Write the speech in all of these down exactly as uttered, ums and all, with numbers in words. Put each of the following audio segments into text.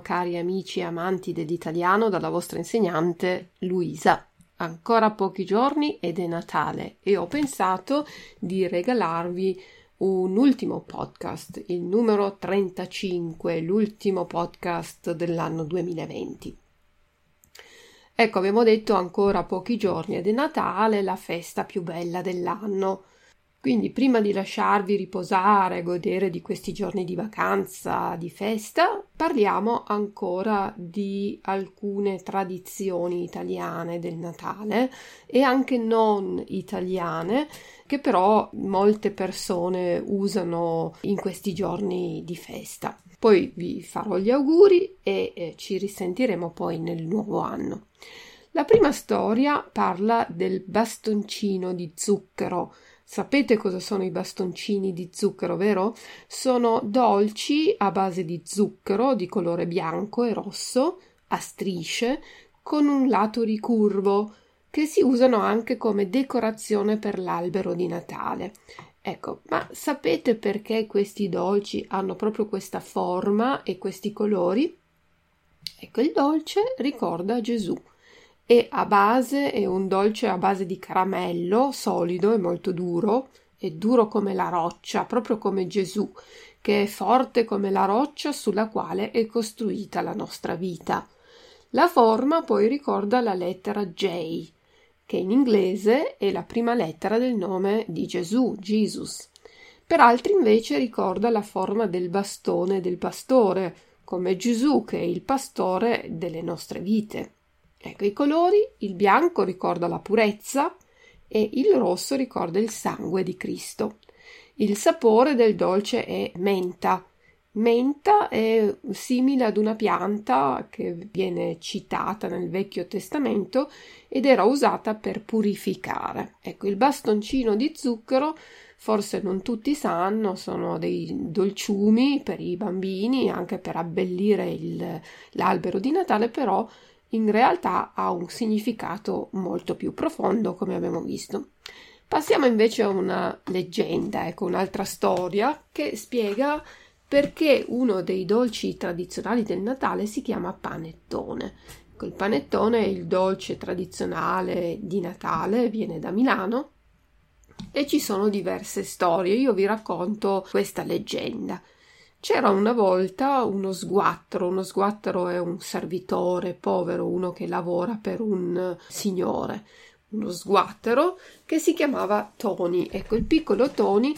cari amici e amanti dell'italiano dalla vostra insegnante Luisa. Ancora pochi giorni ed è Natale e ho pensato di regalarvi un ultimo podcast, il numero trentacinque, l'ultimo podcast dell'anno duemilaventi. Ecco, abbiamo detto ancora pochi giorni ed è Natale, la festa più bella dell'anno. Quindi prima di lasciarvi riposare e godere di questi giorni di vacanza, di festa, parliamo ancora di alcune tradizioni italiane del Natale e anche non italiane che però molte persone usano in questi giorni di festa. Poi vi farò gli auguri e eh, ci risentiremo poi nel nuovo anno. La prima storia parla del bastoncino di zucchero. Sapete cosa sono i bastoncini di zucchero, vero? Sono dolci a base di zucchero di colore bianco e rosso, a strisce, con un lato ricurvo, che si usano anche come decorazione per l'albero di Natale. Ecco, ma sapete perché questi dolci hanno proprio questa forma e questi colori? Ecco, il dolce ricorda Gesù. E a base è un dolce a base di caramello solido e molto duro, è duro come la roccia, proprio come Gesù, che è forte come la roccia sulla quale è costruita la nostra vita. La forma poi ricorda la lettera J, che in inglese è la prima lettera del nome di Gesù, Jesus. Per altri invece ricorda la forma del bastone del pastore, come Gesù che è il pastore delle nostre vite. Ecco i colori, il bianco ricorda la purezza e il rosso ricorda il sangue di Cristo. Il sapore del dolce è menta. Menta è simile ad una pianta che viene citata nel Vecchio Testamento ed era usata per purificare. Ecco, il bastoncino di zucchero, forse non tutti sanno, sono dei dolciumi per i bambini, anche per abbellire il, l'albero di Natale, però in realtà ha un significato molto più profondo, come abbiamo visto. Passiamo invece a una leggenda, ecco, un'altra storia che spiega perché uno dei dolci tradizionali del Natale si chiama panettone. Ecco, il panettone è il dolce tradizionale di Natale, viene da Milano e ci sono diverse storie. Io vi racconto questa leggenda. C'era una volta uno sguattero, uno sguattero è un servitore povero, uno che lavora per un signore, uno sguattero che si chiamava Tony. Ecco, il piccolo Tony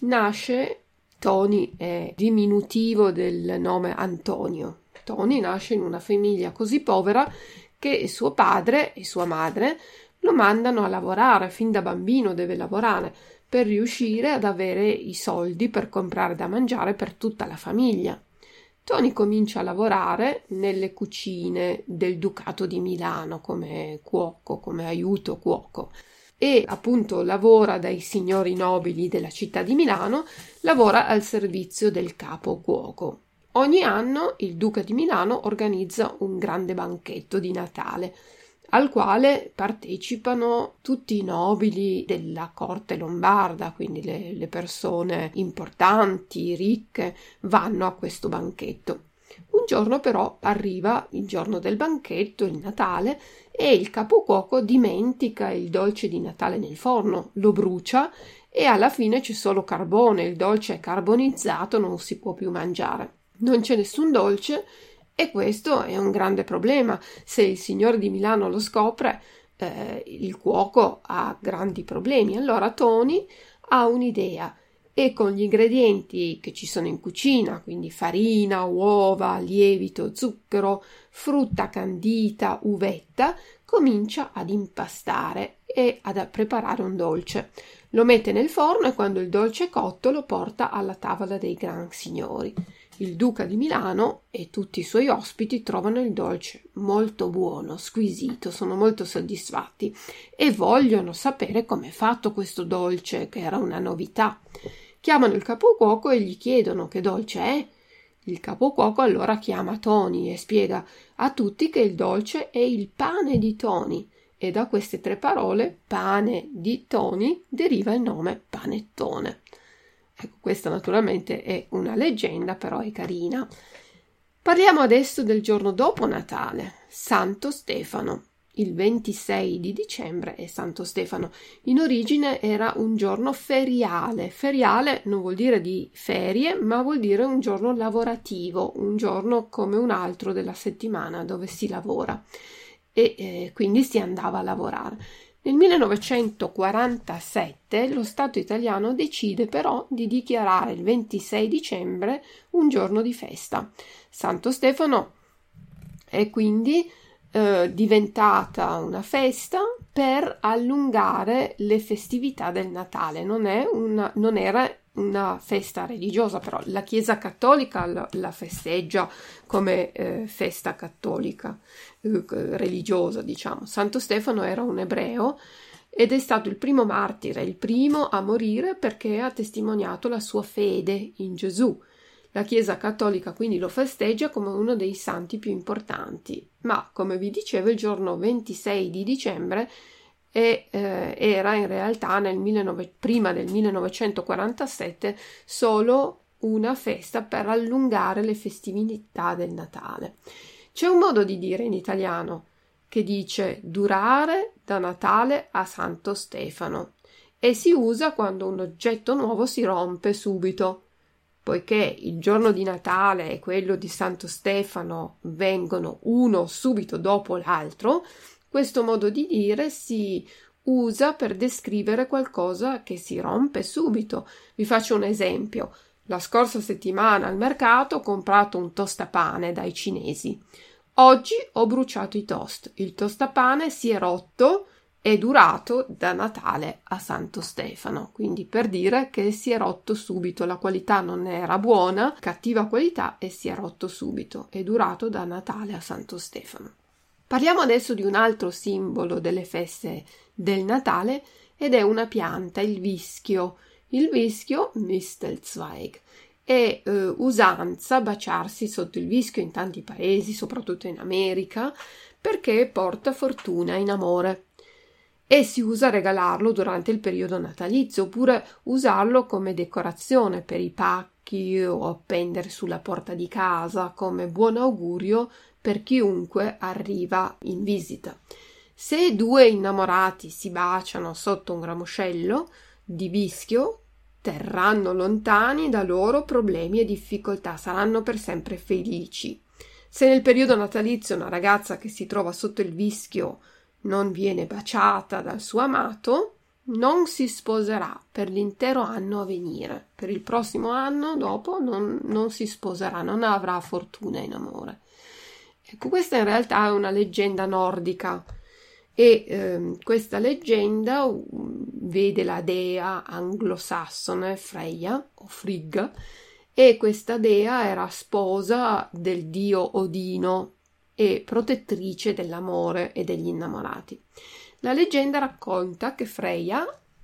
nasce, Tony è diminutivo del nome Antonio. Tony nasce in una famiglia così povera che suo padre e sua madre lo mandano a lavorare, fin da bambino deve lavorare, per riuscire ad avere i soldi per comprare da mangiare per tutta la famiglia. Tony comincia a lavorare nelle cucine del Ducato di Milano come cuoco, come aiuto cuoco e appunto lavora dai signori nobili della città di Milano, lavora al servizio del capo cuoco. Ogni anno il Duca di Milano organizza un grande banchetto di Natale al quale partecipano tutti i nobili della corte lombarda, quindi le, le persone importanti, ricche, vanno a questo banchetto. Un giorno però arriva il giorno del banchetto, il Natale, e il capocuoco dimentica il dolce di Natale nel forno, lo brucia e alla fine c'è solo carbone, il dolce è carbonizzato, non si può più mangiare. Non c'è nessun dolce. E questo è un grande problema. Se il signore di Milano lo scopre, eh, il cuoco ha grandi problemi. Allora Tony ha un'idea e con gli ingredienti che ci sono in cucina, quindi farina, uova, lievito, zucchero, frutta candita, uvetta, comincia ad impastare e ad preparare un dolce. Lo mette nel forno e quando il dolce è cotto lo porta alla tavola dei gran signori. Il Duca di Milano e tutti i suoi ospiti trovano il dolce molto buono, squisito, sono molto soddisfatti e vogliono sapere com'è fatto questo dolce, che era una novità. Chiamano il capocuoco e gli chiedono che dolce è. Il capocuoco allora chiama Tony e spiega a tutti che il dolce è il pane di Tony e da queste tre parole, pane di Tony, deriva il nome panettone. Ecco, questa naturalmente è una leggenda, però è carina. Parliamo adesso del giorno dopo Natale, Santo Stefano. Il ventisei di dicembre è Santo Stefano. In origine era un giorno feriale. Feriale non vuol dire di ferie, ma vuol dire un giorno lavorativo, un giorno come un altro della settimana dove si lavora e eh, quindi si andava a lavorare. Nel millenovecentoquarantasette lo Stato italiano decide però di dichiarare il ventisei dicembre un giorno di festa. Santo Stefano è quindi eh, diventata una festa per allungare le festività del Natale. Non è una, non era una festa religiosa, però la Chiesa Cattolica la, la festeggia come eh, festa cattolica eh, religiosa, diciamo. Santo Stefano era un ebreo ed è stato il primo martire, il primo a morire perché ha testimoniato la sua fede in Gesù. La Chiesa Cattolica quindi lo festeggia come uno dei santi più importanti, ma come vi dicevo il giorno ventisei di dicembre e, eh, era in realtà nel millenovecento, prima del millenovecentoquarantasette solo una festa per allungare le festività del Natale. C'è un modo di dire in italiano che dice durare da Natale a Santo Stefano e si usa quando un oggetto nuovo si rompe subito. Poiché il giorno di Natale e quello di Santo Stefano vengono uno subito dopo l'altro, questo modo di dire si usa per descrivere qualcosa che si rompe subito. Vi faccio un esempio. La scorsa settimana al mercato ho comprato un tostapane dai cinesi. Oggi ho bruciato i toast. Il tostapane si è rotto. È durato da Natale a Santo Stefano, quindi per dire che si è rotto subito, la qualità non era buona, cattiva qualità e si è rotto subito, è durato da Natale a Santo Stefano. Parliamo adesso di un altro simbolo delle feste del Natale ed è una pianta, il vischio. Il vischio, Mistelzweig, è eh, usanza baciarsi sotto il vischio in tanti paesi, soprattutto in America, perché porta fortuna in amore. E si usa regalarlo durante il periodo natalizio oppure usarlo come decorazione per i pacchi o appendere sulla porta di casa come buon augurio per chiunque arriva in visita. Se due innamorati si baciano sotto un ramoscello di vischio, terranno lontani da loro problemi e difficoltà, saranno per sempre felici. Se nel periodo natalizio una ragazza che si trova sotto il vischio non viene baciata dal suo amato, non si sposerà per l'intero anno a venire. Per il prossimo anno dopo non, non si sposerà, non avrà fortuna in amore. Ecco, questa in realtà è una leggenda nordica e eh, questa leggenda uh, vede la dea anglosassone Freya o Frigga e questa dea era sposa del dio Odino e protettrice dell'amore e degli innamorati. La leggenda racconta che Freya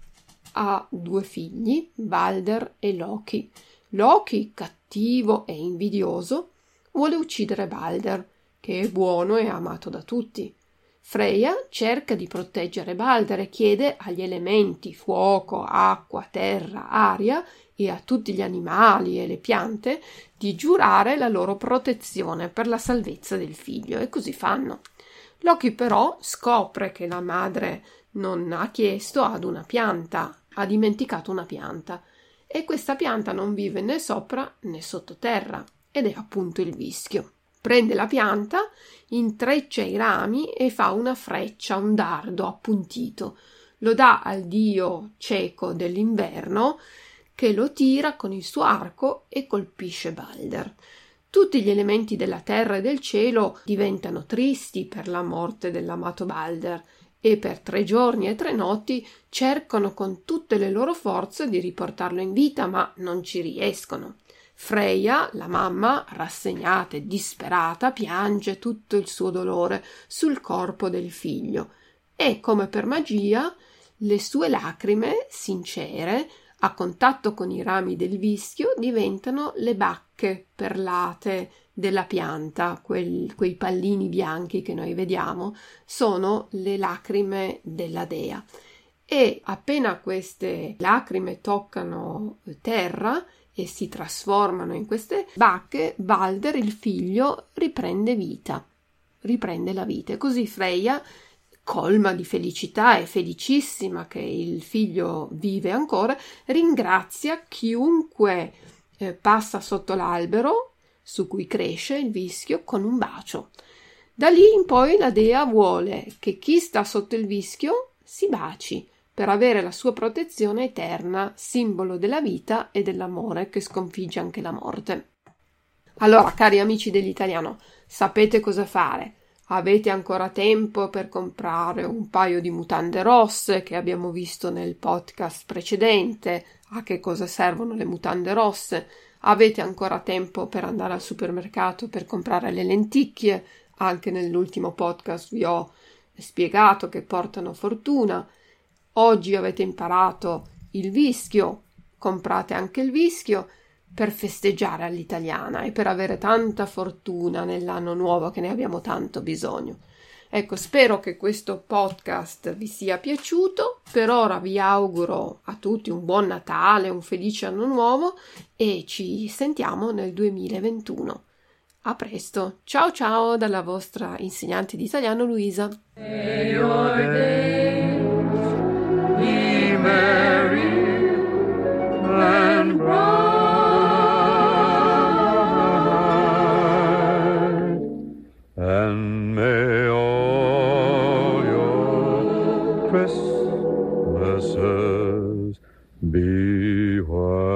ha due figli, Balder e Loki. Loki, cattivo e invidioso, vuole uccidere Balder, che è buono e amato da tutti. Freya cerca di proteggere Balder e chiede agli elementi fuoco, acqua, terra, aria e a tutti gli animali e le piante di giurare la loro protezione per la salvezza del figlio e così fanno. Loki però scopre che la madre non ha chiesto ad una pianta, ha dimenticato una pianta e questa pianta non vive né sopra né sottoterra ed è appunto il vischio. Prende la pianta, intreccia i rami e fa una freccia, un dardo appuntito. Lo dà al dio cieco dell'inverno che lo tira con il suo arco e colpisce Balder. Tutti gli elementi della terra e del cielo diventano tristi per la morte dell'amato Balder e per tre giorni e tre notti cercano con tutte le loro forze di riportarlo in vita, ma non ci riescono. Freya, la mamma, rassegnata e disperata, piange tutto il suo dolore sul corpo del figlio e, come per magia, le sue lacrime sincere a contatto con i rami del vischio diventano le bacche perlate della pianta, quel, quei pallini bianchi che noi vediamo sono le lacrime della dea e appena queste lacrime toccano terra e si trasformano in queste bacche, Balder, il figlio, riprende vita, riprende la vita. E così Freya, colma di felicità e felicissima che il figlio vive ancora, ringrazia chiunque eh, passa sotto l'albero su cui cresce il vischio con un bacio. Da lì in poi la dea vuole che chi sta sotto il vischio si baci per avere la sua protezione eterna, simbolo della vita e dell'amore che sconfigge anche la morte. Allora, cari amici dell'italiano, sapete cosa fare? Avete ancora tempo per comprare un paio di mutande rosse che abbiamo visto nel podcast precedente. A che cosa servono le mutande rosse? Avete ancora tempo per andare al supermercato per comprare le lenticchie. Anche nell'ultimo podcast vi ho spiegato che portano fortuna. Oggi avete imparato il vischio, comprate anche il vischio per festeggiare all'italiana e per avere tanta fortuna nell'anno nuovo che ne abbiamo tanto bisogno. Ecco, spero che questo podcast vi sia piaciuto. Per ora vi auguro a tutti un buon Natale, un felice anno nuovo e ci sentiamo nel duemilaventuno. A presto, ciao ciao dalla vostra insegnante di italiano Luisa. May your days be merry and bright, and may all your Christmases be white.